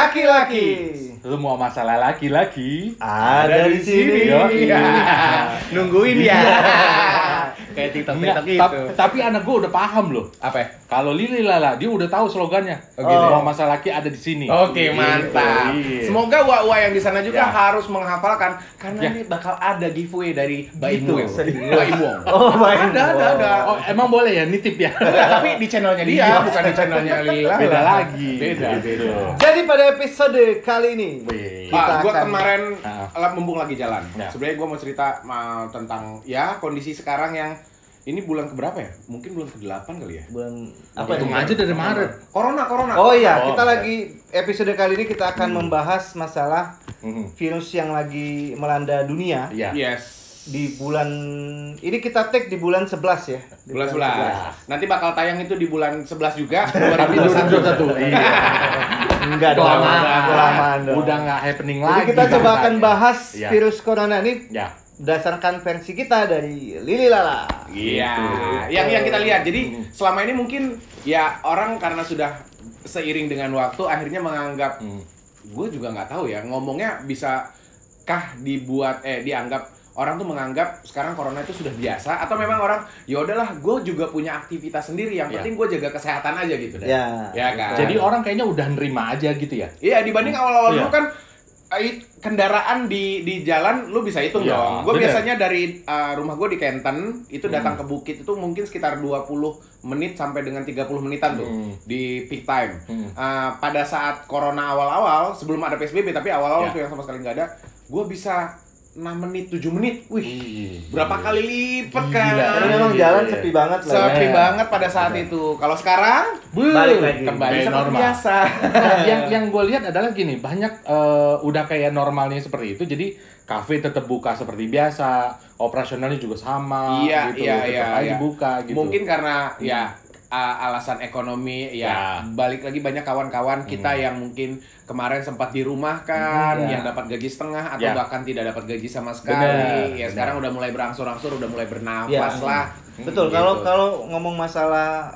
Laki-laki. Semua masalah laki-laki Ada di sini. Nungguin ya. Kayak TikTok gitu. Tapi anak gue udah paham loh. Apa? Kalau Lili Lala, dia udah tahu slogannya. Oh, gitu. Semua masalah laki ada di sini. Oke, mantap. Iya. Semoga wa yang di sana juga Ya. harus menghafalkan karena Ya. ini bakal ada giveaway dari Baim Gitu. Wong. Serius? Baim Wong. Oh, Baim Ada. Oh, emang boleh ya nitip ya? Enggak, tapi di channelnya dia, Iya. bukan di channelnya Lila. Beda lagi. Beda. Jadi pada episode kali ini Wih. Kita Gue akan- kemarin Ah. mumpung lagi jalan. Ya. Sebenarnya gue mau cerita tentang ya kondisi sekarang yang ini bulan keberapa ya? Mungkin bulan ke-8 kali ya. bulan Apa apa itu ini? aja dari Maret. Corona. Oh iya, Oh, kita oke. lagi episode kali ini kita akan membahas masalah Mhm. virus yang lagi melanda dunia Iya. Yes. di bulan ini kita take di bulan 11 ya. Di Bulan 11. Nanti bakal tayang itu di bulan 11 juga. Tapi 2021. Iya. Enggak dong. Kelamaan dong. Udah nggak happening Jadi lagi. kita coba akan bahasanya. bahas Iya. virus corona ini Ya. berdasarkan versi kita dari Lili Lala. Iya, Gitu. yang kita lihat. Jadi selama ini mungkin ya orang karena sudah seiring dengan waktu akhirnya menganggap gue juga nggak tahu ya ngomongnya bisa kah dianggap orang tuh menganggap sekarang corona itu sudah biasa atau memang orang ya udahlah gue juga punya aktivitas sendiri yang Ya. penting gue jaga kesehatan aja gitu deh. Ya kan. Jadi orang kayaknya udah nerima aja gitu ya. Iya, dibanding awal-awal Iya. dulu kan kendaraan di jalan lu bisa hitung Iya, dong. Gue bener. biasanya dari rumah gue di Kenten itu datang ke bukit itu mungkin sekitar 20 menit sampai dengan 30 menitan tuh di peak time. Pada saat corona awal-awal sebelum ada PSBB tapi awal-awal Iya. tuh yang sama sekali nggak ada, gue bisa 6 menit, 7 menit. Wih, berapa kali lipat kan? Gila. Karena memang jalan sepi banget lah. Sepi Iya. banget pada saat itu. Kalau sekarang Balik lagi. kembali Kayak seperti normal. biasa. Nah, yang gue lihat adalah gini, banyak udah kayak normalnya seperti itu, jadi kafe tetap buka seperti biasa, operasionalnya juga sama, Iya, gitu, iya, tetap iya, aja iya. buka gitu. Mungkin karena ya alasan ekonomi ya balik lagi banyak kawan-kawan kita yang mungkin kemarin sempat dirumahkan, Ya. yang dapat gaji setengah atau Ya. bahkan tidak dapat gaji sama sekali. Benar, Ya benar. sekarang udah mulai berangsur-angsur, udah mulai Ya. bernafas lah. Betul. Gitu. Kalau ngomong masalah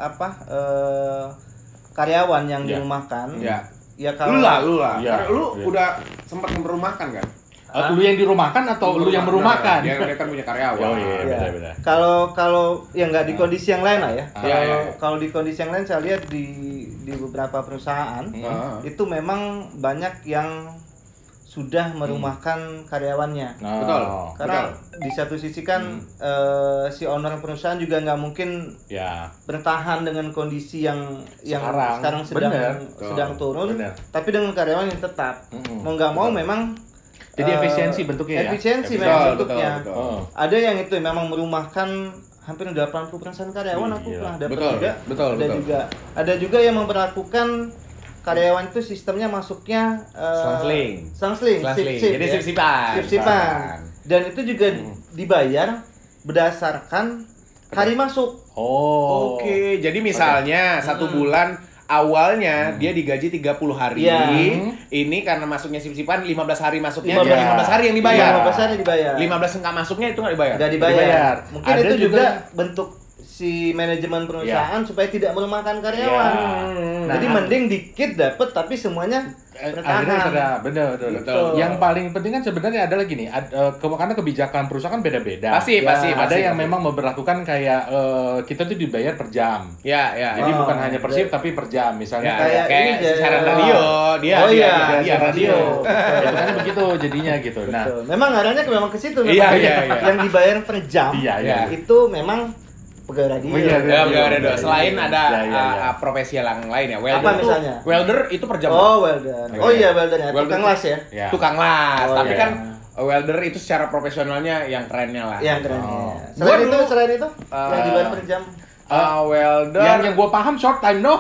karyawan yang Ya. dirumahkan, Ya. ya kalau Lu lah. Iya, Karena lu iya. udah sempat merumahkan kan? Lu yang dirumahkan atau lu yang merumahkan? Dia kan punya karyawan. Oh iya, Ya. beda-beda. Kalau ya nggak di kondisi yang lain lah ya. Iya, iya. Kalau di kondisi yang lain saya lihat di beberapa perusahaan itu memang banyak yang sudah merumahkan karyawannya. Nah, Betul. Karena di satu sisi kan si owner perusahaan juga nggak mungkin ya. bertahan dengan kondisi yang Sekarang. sekarang sedang Bener. sedang turun, Bener. tapi dengan karyawan yang tetap. Mau nggak mau memang Jadi efisiensi bentuknya ya? efisiensi Betul, memang betul, bentuknya. betul. Oh. Ada yang itu memang merumahkan hampir 80% karyawan aku Gila. pernah dapat Betul, juga. betul, ada betul. juga ada juga yang memperlakukan karyawan itu sistemnya masuknya Selang-seling. Jadi ya. sip-sipan. Sip-sipan. Dan itu juga dibayar berdasarkan hari masuk. Oh. Oke, jadi misalnya satu bulan awalnya dia digaji 30 hari. Iya. Ini karena masuknya sip-sipan 15 hari masuknya 15 dia 15 hari yang dibayar. 15 hari dibayar. 15 enggak masuknya itu enggak dibayar. Nggak dibayar. Dibayar. Mungkin Ada itu juga juga- bentuk si manajemen perusahaan supaya tidak merumahkan karyawan. Ya. Jadi Nah, mending dikit dapat tapi semuanya akhirnya sudah benar. Betul. Yang paling penting kan sebenarnya adalah gini, karena kebijakan perusahaan kan beda-beda. Pasti, Ya, pasti. Ada yang pasti. memang memperlakukan kayak kita tuh dibayar per jam. Ya. Jadi Oh, bukan hanya per shift tapi per jam. Misalnya Ya, kayak ini aja. siaran radio, dia Oh, iya, dia siaran radio. itu kan begitu jadinya gitu. Nah, Betul. Memang arahnya memang ke situ. Iya, memang. iya. Yang dibayar per jam Iya. itu memang pegawai radio. Iya, Ya, pegawai radio. Iya, Selain iya, ada iya. profesi yang lain ya. Apa misalnya? Welder itu per jam. Oh, welder. Oh iya, welder ya. Welder. Tukang las ya. ya. Tukang las. Oh, Tapi iya. kan welder itu secara profesionalnya yang kerennya lah. Yang keren. Oh. Selain Gua itu, dulu, yang dibayar per jam. Welder. Yang gua paham short time no.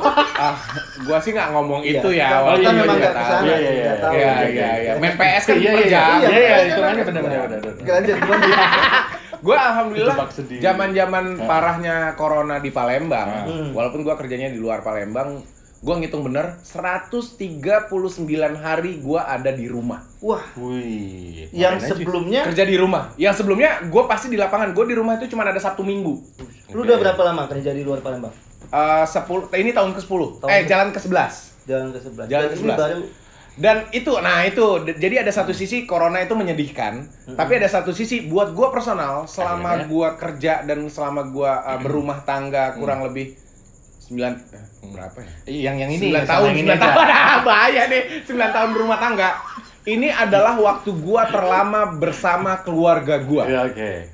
Gua sih nggak ngomong Iya. itu ya. Kita walaupun memang gua nggak juga kesana. tahu. Iya, iya, nggak tahu. Iya. Main PS kan Iya, per iya. jam. Iya, Iya, kan hitungannya kan benar. Oke, lanjut. Gimana? Gue alhamdulillah Ditebak sendiri. zaman parahnya corona di Palembang, Hmm. walaupun gue kerjanya di luar Palembang, gue ngitung bener 139 hari gue ada di rumah. Wah, Wih. yang ngapain aja? sebelumnya Kerja di rumah. Yang sebelumnya gue pasti di lapangan. Gue di rumah itu cuma ada Sabtu Minggu. lu udah berapa lama kerja di luar Palembang? 10 ini tahun ke-10. Tahun ke- Jalan ke-11. Jalan ke 11. Jalan Dan ke ini 11. baru Dan jadi ada satu sisi corona itu menyedihkan, tapi ada satu sisi buat gua personal selama gua kerja dan selama gua berumah tangga kurang lebih 9 berapa ya? Yang ini 9 tahun, 9 tahun. Bahaya nih, 9 tahun berumah tangga. Ini adalah waktu gua terlama bersama keluarga gua. Iya, oke.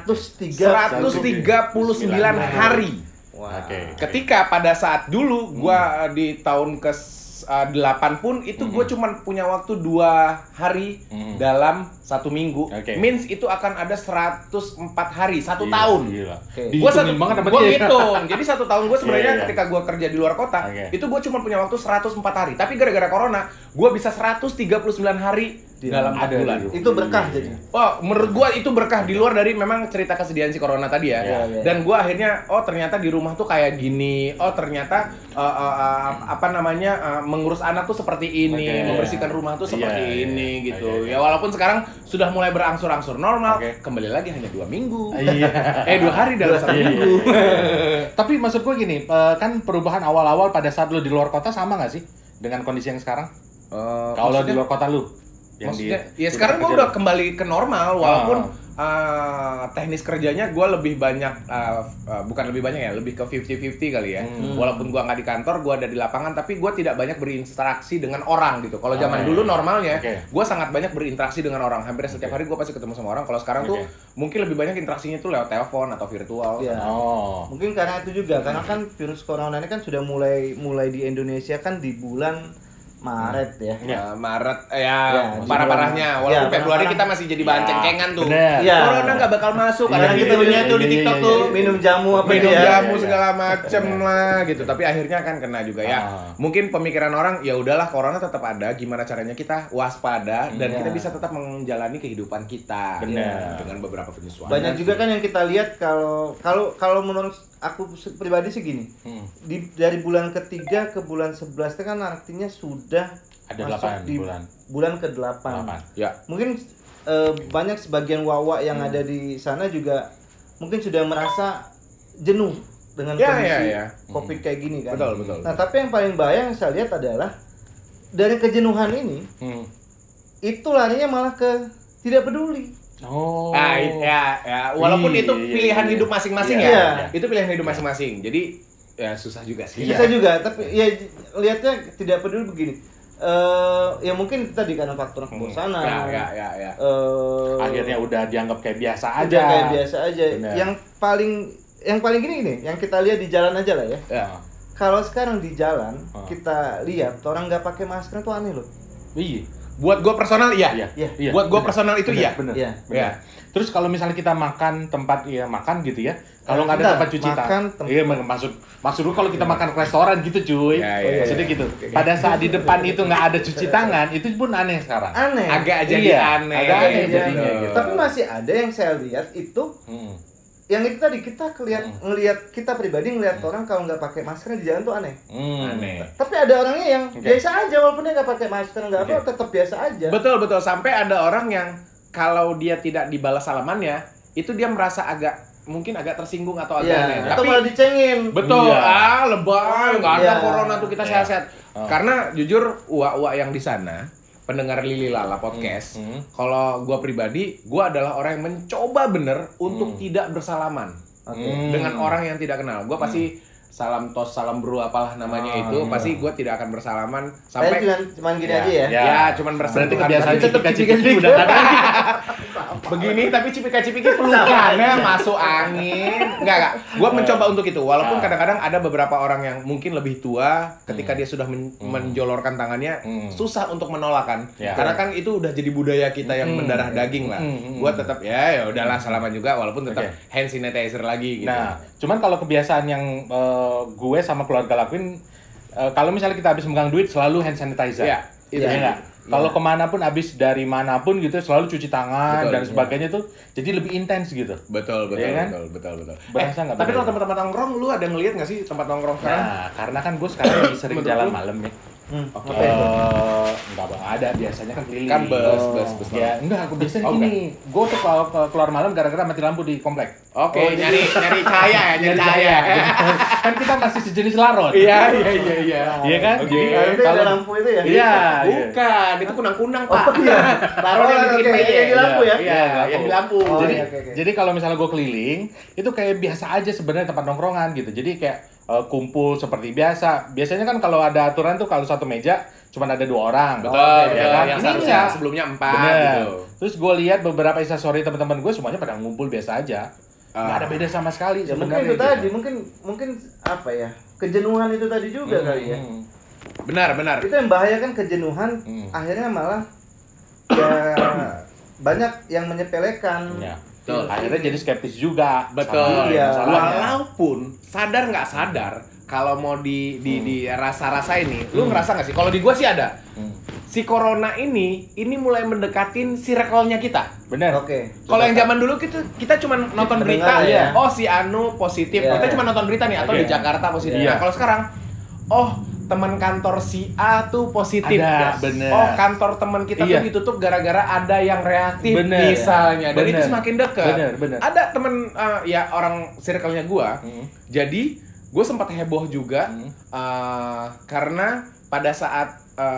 139 hari. Wah. Oke. Ketika pada saat dulu gua di tahun ke-8 pun itu gue cuman punya waktu 2 hari dalam 1 minggu. Means itu akan ada 104 hari, 1 tahun. Gila. Gue banget gue ngitung. Jadi 1 tahun gue sebenarnya Iya. ketika gue kerja di luar kota, itu gue cuma punya waktu 104 hari. Tapi gara-gara corona, gue bisa 139 hari dalam 4 bulan. Itu berkah jadi. Oh, menurut gua itu berkah di luar dari memang cerita kesedihan si corona tadi ya. Iya. Dan gua akhirnya ternyata di rumah tuh kayak gini. Oh, ternyata mengurus anak tuh seperti ini, membersihkan rumah tuh seperti ini gitu. Ya walaupun sekarang sudah mulai berangsur-angsur normal, kembali lagi hanya 2 minggu. 2 hari dalam 1 minggu. Tapi maksud gua gini, kan perubahan awal-awal pada saat lu di luar kota sama nggak sih dengan kondisi yang sekarang? Kalau di luar kota lu? Maksudnya, sekarang gue udah kembali ke normal walaupun teknis kerjanya gue lebih banyak bukan lebih banyak ya, lebih ke 50-50 kali ya. Walaupun gue nggak di kantor, gue ada di lapangan, tapi gue tidak banyak berinteraksi dengan orang gitu. Kalau zaman dulu normalnya gue sangat banyak berinteraksi dengan orang, hampir setiap hari gue pasti ketemu sama orang. Kalau sekarang tuh mungkin lebih banyak interaksinya tuh lewat telepon atau virtual. Mungkin karena itu juga, karena kan virus corona ini kan sudah mulai di Indonesia kan di bulan Maret ya. Maret parah-parahnya. Walaupun Februari kita masih jadi bahan cengkengan tuh. Corona nggak bakal masuk. Karena kita punya tuh di TikTok tuh minum jamu segala macem lah gitu. Tapi akhirnya kan kena juga ya. Mungkin pemikiran orang ya udahlah corona tetap ada. Gimana caranya kita waspada dan kita bisa tetap menjalani kehidupan kita. Dengan beberapa penyesuaian. Banyak juga kan yang kita lihat kalau menurut aku pribadi sih gini. Dari bulan ketiga ke bulan 11 itu kan artinya sudah ada masuk 8 di bulan ke-8. Ya. Mungkin banyak sebagian wawa yang ada di sana juga mungkin sudah merasa jenuh dengan kondisi Covid kayak gini kan. Betul. Nah, tapi yang paling bahaya yang saya lihat adalah dari kejenuhan ini itu larinya malah ke tidak peduli. Walaupun itu pilihan hidup masing-masing ya. Itu pilihan hidup masing-masing. Jadi ya susah juga sih. Susah juga, tapi ya lihatnya tidak peduli begini. Ya mungkin tadi karena faktor kebosanan. Akhirnya udah dianggap kayak biasa aja. Udah kayak biasa aja. Bener. Yang paling gini, yang kita lihat di jalan aja lah ya. Kalau sekarang di jalan kita lihat orang nggak pakai masker itu aneh loh. Iya. Buat gue personal iya. Buat gue personal itu bener. Terus kalau misalnya kita makan tempat makan gitu ya, kalau nggak ada tempat cuci tangan, maksud gue kalau kita makan ke restoran gitu cuy, maksudnya gitu. Pada saat di depan itu nggak ada cuci tangan, itu pun aneh sekarang. Aneh. Agak aneh jadinya. Gitu. Tapi masih ada yang saya lihat itu, yang itu tadi kita ngelihat kita pribadi ngelihat orang kalau nggak pakai masker di jalan tuh aneh. Aneh. Tapi ada orangnya yang biasa aja walaupun dia nggak pakai masker tetap biasa aja. Betul. Sampai ada orang yang kalau dia tidak dibalas salamannya, itu dia merasa mungkin agak tersinggung atau agak aneh. Atau malah dicengin. Betul. Lebay, nggak ada corona tuh kita sehat-sehat. Karena jujur uak-uak yang di sana, pendengar Lili Lala podcast, kalau gua pribadi, gua adalah orang yang mencoba bener untuk tidak bersalaman dengan orang yang tidak kenal. Gua pasti salam tos, salam bro, apalah namanya itu, pasti gue tidak akan bersalaman sampai cuman gini aja ya. Ya, cuman bersentuhan. Berarti kebiasaan cipika-cipiki udah ada. Begini tapi cipika-cipiki pelukannya masuk angin. Enggak. Gue mencoba untuk itu. Walaupun kadang-kadang ada beberapa orang yang mungkin lebih tua, ketika dia sudah menjolorkan tangannya, susah untuk menolak kan. Karena kan itu udah jadi budaya kita yang mendarah daging lah. Gue tetap ya udahlah salaman juga, walaupun tetap hand sanitizer lagi gitu. Nah, cuman kalau kebiasaan yang gue sama keluarga lakuin, kalau misalnya kita habis megang duit selalu hand sanitizer. Itu enggak. Kalau kemana pun habis dari manapun gitu selalu cuci tangan dan sebagainya tuh jadi lebih intens gitu. Betul. Berasa nggak? Tapi kalau tempat-tempat nongkrong lu ada ngelihat nggak sih tempat nongkrong sekarang? Nah, karena kan gue sekarang lagi sering jalan malam ya. Oke. Enggak ada, biasanya kan keliling. Kan bus. Ya, enggak, aku biasanya gini. Gue tuh kalau keluar malam gara-gara mati lampu di komplek. Oke, nyari cahaya ya, nyari cahaya. Kan kita masih sejenis laron. Iya. Iya kan? Oke. Jadi kalau lampu itu ya? Iya. Bukan, itu kunang-kunang, Pak. Oh iya. Laron yang bikin oke, peye. yang di lampu ya? Iya, yang di lampu. Oh, Jadi iya, oke. jadi kalau misalnya gue keliling, itu kayak biasa aja sebenarnya tempat nongkrongan gitu. Jadi kayak kumpul seperti biasa. Biasanya kan kalau ada aturan tuh kalau satu meja cuma ada 2 orang. Betul, ya kan? yang Ini seharusnya enggak. sebelumnya 4 Bener. gitu. Terus gue lihat beberapa instastory teman-teman gue semuanya pada ngumpul biasa aja. Nggak ada beda sama sekali Ya mungkin sebenarnya. itu gitu. tadi, mungkin apa ya? Kejenuhan itu tadi juga kali ya. Benar. Itu yang bahaya kan kejenuhan, akhirnya malah ya banyak yang menyepelekan. Ya. Betul. Akhirnya jadi skeptis juga. Betul. Iya. Walaupun sadar nggak sadar, kalau mau di rasa-rasa ini, lu ngerasa nggak sih? Kalau di gua sih ada. Si corona ini mulai mendekatin circle-nya kita. Bener. Oke. Kalau yang zaman dulu kita cuma nonton berita, ya. oh si Anu positif, Iya. kita cuma nonton berita nih, atau Oke. di Jakarta positif. Iya. Nah kalau sekarang, oh teman kantor si A tuh positif. Ada, Yes. bener. Oh kantor teman kita Iya. tuh ditutup gara-gara ada yang reaktif Bener. misalnya, dan Bener. itu semakin dekat. Bener. Ada temen ya orang circle-nya gua, jadi gue sempat heboh juga karena pada saat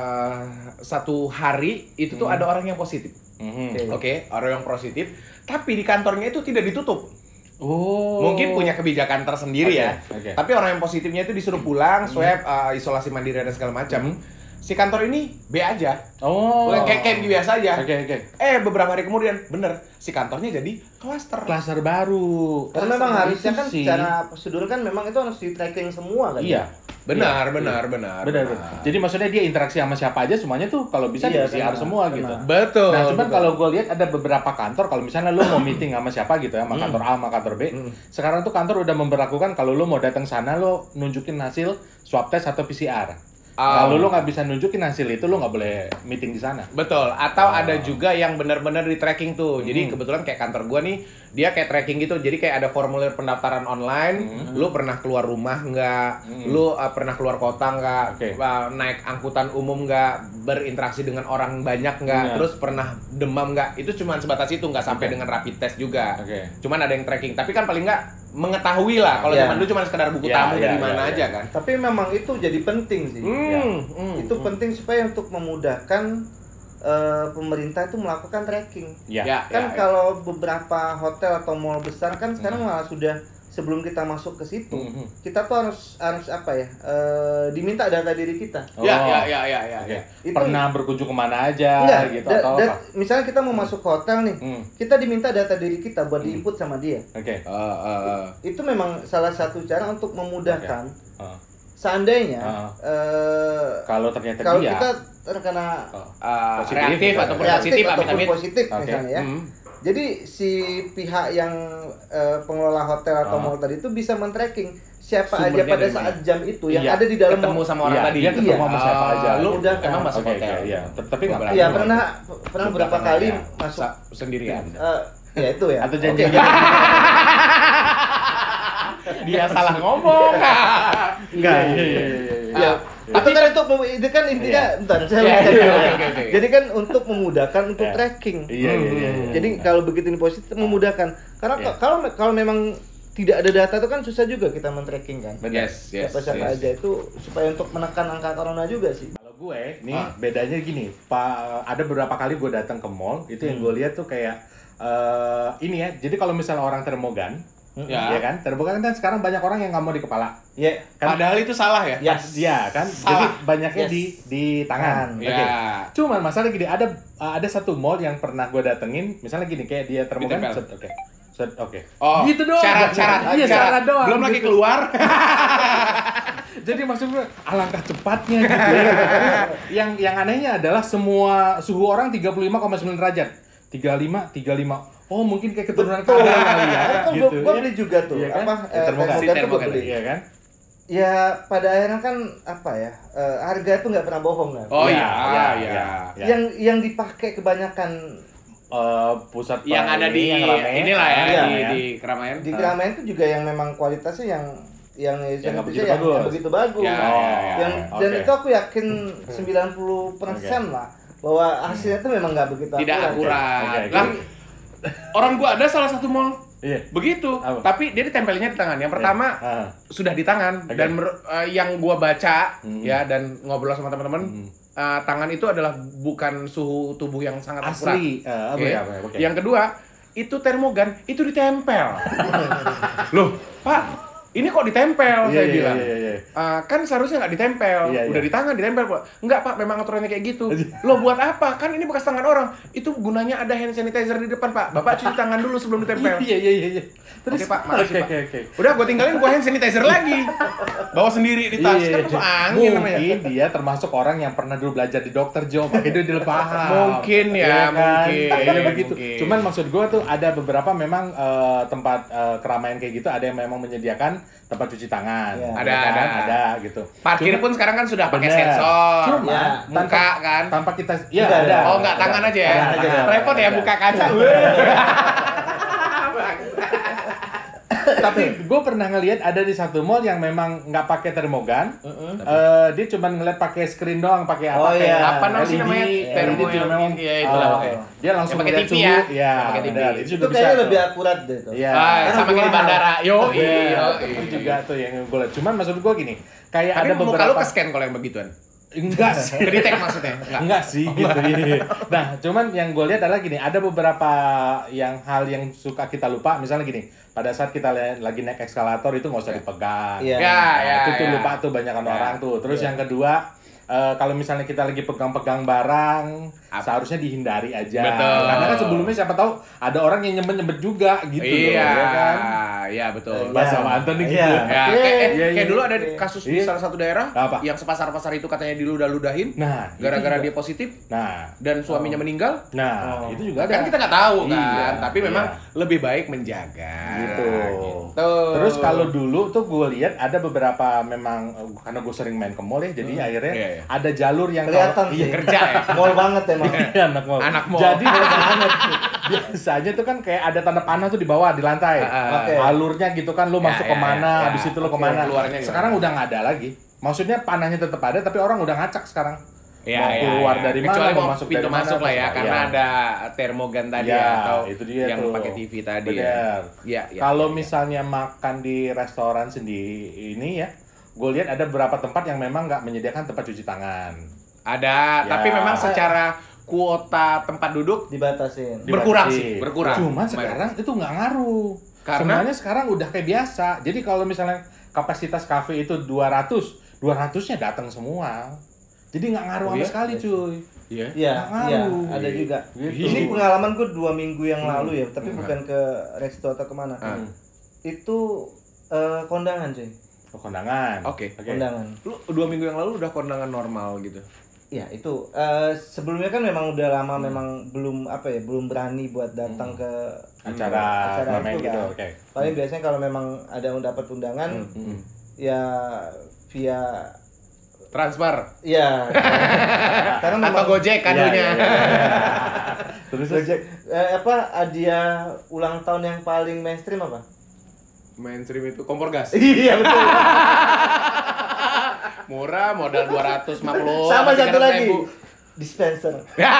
satu hari itu tuh ada orang yang positif. Oke, orang yang positif, tapi di kantornya itu tidak ditutup. Oh. Mungkin punya kebijakan tersendiri ya. Oke. Tapi orang yang positifnya itu disuruh pulang, swab, isolasi mandiri dan segala macam. Si kantor ini B aja. Oh. Kayak biasa aja. Oke. Beberapa hari kemudian, bener, si kantornya jadi klaster. Klaster baru. Karena memang harusnya kan sih. secara prosedur kan memang itu harus di tracking semua kan. Iya. Benar. Benar. Jadi maksudnya dia interaksi sama siapa aja semuanya tuh kalau bisa Iya, di PCR benar, semua benar. gitu. Betul. Nah, cuman betul. kalau gue lihat ada beberapa kantor kalau misalnya lu mau meeting sama siapa gitu ya, sama kantor A sama kantor B. Sekarang tuh kantor udah memberlakukan kalau lu mau datang sana lu nunjukin hasil swab test atau PCR. Kalau lu nggak bisa nunjukin hasil itu lu nggak boleh meeting di sana. Betul, atau ada juga yang benar-benar di tracking tuh. Jadi kebetulan kayak kantor gua nih, dia kayak tracking gitu. Jadi kayak ada formulir pendaftaran online. Lu pernah keluar rumah nggak? Lu pernah keluar kota nggak? Oke. Naik angkutan umum nggak? Berinteraksi dengan orang banyak nggak? Terus pernah demam nggak? Itu cuma sebatas itu, nggak sampai dengan rapid test juga. Cuman ada yang tracking. Tapi kan paling nggak mengetahui lah. Kalau zaman dulu cuma sekedar buku tamu dari mana aja kan. Tapi memang itu jadi penting sih. Itu penting supaya untuk memudahkan pemerintah itu melakukan tracking. Kalau beberapa hotel atau mall besar kan sekarang malah sudah sebelum kita masuk ke situ, kita tuh harus apa ya? Diminta data diri kita. Itu pernah berkunjung kemana aja gitu atau apa? Misalnya kita mau masuk ke hotel nih, kita diminta data diri kita buat diinput sama dia. Itu memang salah satu cara untuk memudahkan. Seandainya kalau ternyata kalau dia kita terkena reaktif ataupun positif misalnya ya. Jadi si pihak yang pengelola hotel atau mall tadi itu bisa men-tracking siapa aja pada saat jam itu yang ada di dalam ketemu sama orang tadi. Dia ketemu sama siapa aja. Lu udah emang masuk hotel. Iya, tapi nggak berani. Iya, pernah beberapa kali masuk sendirian. Ya itu ya. Atau janji Dia salah ngomong. Enggak. Iya. Tapi kan itu kan intinya bentar saya jadi kan untuk memudahkan untuk tracking. Iya. Jadi kalau begitu ini positif memudahkan. Karena kalau memang tidak ada data itu kan susah juga kita men-tracking kan. Siapa aja itu supaya untuk menekan angka corona juga sih. Kalau gue nih bedanya gini, ada beberapa kali gue datang ke mall, itu yang gue lihat tuh kayak ini ya. Jadi kalau misalnya orang termogan, ya kan? Termogan kan sekarang banyak orang yang nggak mau di kepala. Iya. Kan? Padahal itu salah ya? Iya kan? Salah. Jadi banyaknya di tangan. Oke. Cuman masalah gini, ada satu mall yang pernah gue datengin, misalnya gini kayak dia termogan, oke. Oh, gitu doang. Syarat doang. Belum lagi keluar. Jadi maksud gue alangkah cepatnya gitu ya. Yang anehnya adalah semua suhu orang 35,9 derajat. 35. Oh, mungkin kayak keturunan kali ya. Gitu. Gua beli juga tuh. Iya kan? Termogan tuh gua beli. Iya kan? Ya pada akhirnya kan apa ya? Harga itu nggak pernah bohong kan. Oh iya. Yang dipakai kebanyakan pusat yang ada di yang inilah ya, di keramaian. Di keramaian itu juga yang memang kualitasnya yang yang begitu bagus. Dan itu aku yakin 90% lah bahwa hasilnya itu memang nggak begitu tidak akurat. Lah, orang gua ada salah satu mall begitu, tapi dia ditempelinnya di tangan. Yang pertama sudah di tangan dan yang gua baca ya dan ngobrol sama teman-teman, tangan itu adalah bukan suhu tubuh yang sangat asli. Yang kedua itu termogan itu ditempel. Loh, Pak, ini kok ditempel? Saya bilang. Kan seharusnya nggak ditempel. Udah di tangan ditempel, Pak. Enggak, Pak, memang aturannya kayak gitu. Loh, buat apa? Kan ini bekas tangan orang. Itu gunanya ada hand sanitizer di depan, Pak. Bapak cuci tangan dulu sebelum ditempel. Iya. Terus, Oke, Pak, makasih, Pak. Udah, gue tinggalin hand sanitizer lagi. Bawa sendiri di tas. Kan masuk angin namanya. Mungkin dia termasuk orang yang pernah dulu belajar di dokter, Jo. Makanya dia paham. Mungkin ya, mungkin. Begitu. Cuman maksud gue tuh ada beberapa memang tempat keramaian kayak gitu, ada yang memang menyediakan tempat cuci tangan. Ada gitu. Parkir pun sekarang kan sudah pakai sensor. Cuma muka kan tanpa kita ada. Oh, enggak, tangan aja ya. Repot ya buka kaca. Tapi gue pernah ngelihat ada di satu mall yang memang nggak pakai termogan, dia cuma ngeliat pakai screen doang, pakai apa? Apa namanya? Termogan. Dia langsung pakai TV ya. Iya, pakai TV. Itu kayaknya lebih akurat deh tuh. Iya. Sama kayak di bandara. Itu juga tuh yang gue lihat. Cuman maksud gue gini, kayak ada beberapa. Muka lu ke-scan kalau yang begituan. Enggak sih. Kedetek maksudnya? Enggak sih gitu. Nah, cuman yang gue lihat adalah gini, ada beberapa hal yang suka kita lupa. Misalnya gini, pada saat kita lagi naik eskalator itu nggak usah dipegang. Itu lupa tuh banyakan orang tuh. Terus yang kedua, kalau misalnya kita lagi pegang-pegang barang, seharusnya dihindari aja. Betul. Karena kan sebelumnya siapa tahu ada orang yang nyempet juga gitu loh, ya kan? Iya betul. Bahasa mantan nih gitu. Kayak dulu ada kasus di salah satu daerah yang sepasar-pasar itu katanya diludah-ludahin. Nah, gara-gara dia positif. Nah, dan suaminya meninggal. Nah, itu juga kan kita nggak tahu kan. Tapi memang lebih baik menjaga. Gitu. Terus kalau dulu tuh gue lihat ada beberapa memang karena gue sering main ke mall ya, jadi akhirnya ada jalur yang kelihatan sih kerja ya. Mall banget emang. Anak mall. Jadi biasanya tuh kan kayak ada tanda panah tuh di bawah di lantai. Alurnya gitu kan, lu masuk kemana, habis itu lu kemana. Sekarang udah nggak ada lagi. Maksudnya panahnya tetap ada, tapi orang udah ngacak sekarang. Mau keluar dari mana, kecuali mau masuk pintu dari masuk mana, lah ya, karena ada termogan tadi atau itu dia yang pakai TV tadi. Kalau misalnya makan di restoran sendiri ini ya, gue lihat ada beberapa tempat yang memang nggak menyediakan tempat cuci tangan. Ada, tapi memang secara kuota tempat duduk dibatasin. Berkurang sih, berkurang. Cuman sekarang itu nggak ngaruh. Semuanya sekarang udah kayak biasa. Jadi kalau misalnya kapasitas kafe itu 200-nya datang semua. Jadi nggak ngaruh sama sekali, cuy. Iya, ada juga. Gitu. Ini pengalaman gue 2 minggu yang lalu ya, tapi bukan ke resto atau kemana. Itu kondangan, cuy. Kondangan. Oke. Kondangan. Lu 2 minggu yang lalu udah kondangan normal gitu. Ya itu sebelumnya kan memang udah lama memang belum berani buat datang ke acara itu gitu. Kan. Paling biasanya kalau memang ada mendapat undangan ya via transfer. Iya. Karena memang atau Gojek kadonya. Terus Gojek hadiah ulang tahun yang paling mainstream apa? Mainstream itu kompor gas. Iya betul. Murah, modal 250. Sama satu lagi. Dispenser.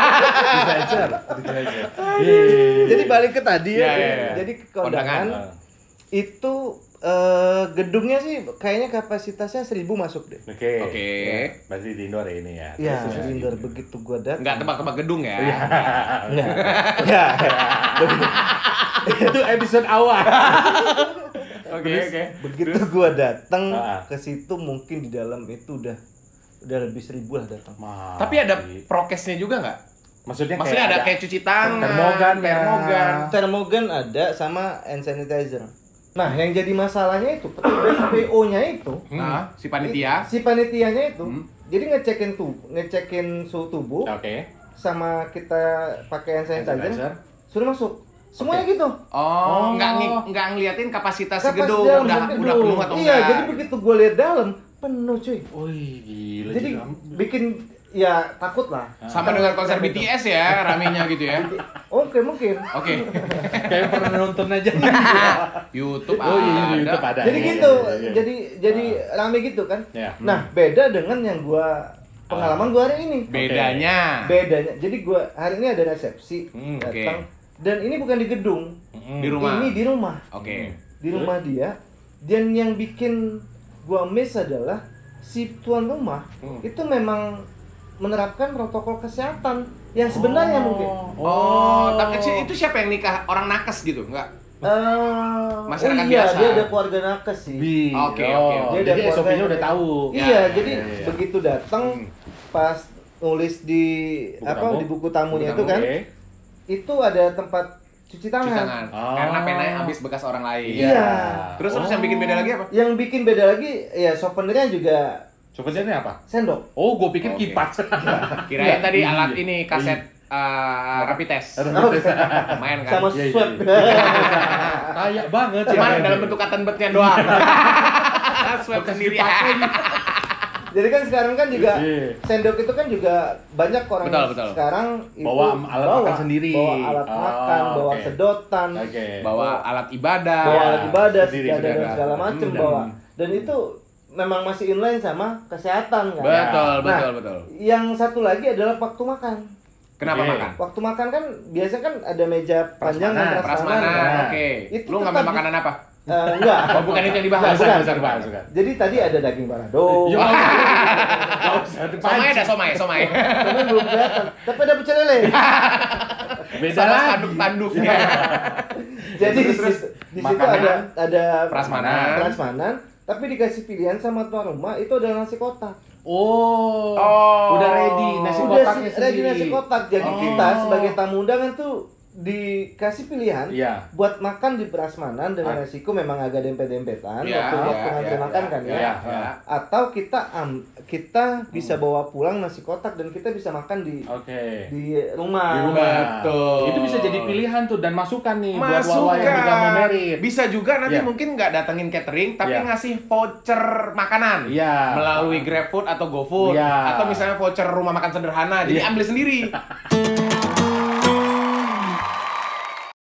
Jadi balik ke tadi Jadi kondangan itu gedungnya sih kayaknya kapasitasnya 1.000 masuk deh. Oke. Berarti di indoor ini ya. Iya, di indoor begitu gua datang. Enggak tebak-tebak gedung ya. Enggak. Itu episode awal. Oke. Begitu gua datang ke situ mungkin di dalam itu udah lebih 1.000 lah datang. Tapi ada prokesnya juga nggak? Maksudnya ada kayak cuci tangan, termogan ada sama hand sanitizer. Nah, yang jadi masalahnya itu petugas PO-nya itu, si panitia. Si panitianya itu, jadi ngecekin suhu tubuh. Sama kita pakai hand sanitizer, sudah masuk. Semuanya gitu. Nggak ngeliatin kapasitas gedung udah penuh atau enggak. Iya, jadi begitu gue lihat dalam penuh, cuy. Gila. Jadi bikin Ya takut lah. Sama dengan konser BTS ya, ramenya gitu ya. Oke, mungkin. Oke. Kayak pernah nonton aja. YouTube Oh iya, YouTube ada. Jadi gitu. Jadi rame gitu kan. Nah, beda dengan yang pengalaman gua hari ini. Bedanya. Jadi gua hari ini ada resepsi datang dan ini bukan di gedung. Di rumah. Ini di rumah. Oke. Di rumah dia. Dan yang bikin gua miss adalah si tuan rumah itu memang menerapkan protokol kesehatan yang sebenarnya mungkin. Tapi itu siapa yang nikah? Orang nakes gitu, enggak? Masyarakat biasa. Dia ada keluarga nakes sih. Oke. Jadi SOP-nya udah tahu. Iya, jadi begitu datang pas nulis di buku tamunya itu kan, itu ada tempat cuci tangan. Karena penanya habis bekas orang lain. Iya. Terus yang bikin beda lagi apa? Yang bikin beda lagi ya souvenirnya juga. Souvenirnya apa? Sendok. Oh, gue pikir kipas. Kirain tadi alat ini kaset rapid test. Main kan? Sama swab. Kayak banget. Cuman dalam bentuk cotton bud-nya doang. Swab sendiri. Jadi kan sekarang kan juga sendok itu kan juga banyak orang betul. sekarang itu bawa alat makan sendiri. Bawa alat makan, bawa sedotan, bawa alat ibadah. Dan segala macam bawa. Dan itu memang masih inline sama kesehatan kan. Betul. Yang satu lagi adalah waktu makan. Kenapa makan? Waktu makan kan biasa kan ada meja panjang dan prasmanan. Oke. Lu ngambil makanan apa? Enggak. Bukan itu yang dibahas. Bukan. Jadi tadi ada daging balado. Somai. Somai belum kelihatan. Tapi ada pecel lele. Beda lah tanduk-tanduknya. Jadi di situ ada prasmanan. Tapi dikasih pilihan sama tuan rumah itu ada nasi kotak. Udah ready nasi kotaknya sendiri. Ready nasi kotak. Jadi kita sebagai tamu undangan tuh dikasih pilihan buat makan di prasmanan dengan resiko memang agak dempet-dempetan waktu makan kan ya. Atau kita bisa bawa pulang nasi kotak dan kita bisa makan di rumah. Betul. Itu bisa jadi pilihan tuh dan masukan nih buat Wawa yang juga mau merit. Bisa juga nanti mungkin nggak datengin catering tapi ngasih voucher makanan melalui GrabFood atau GoFood atau misalnya voucher rumah makan sederhana jadi ambil sendiri.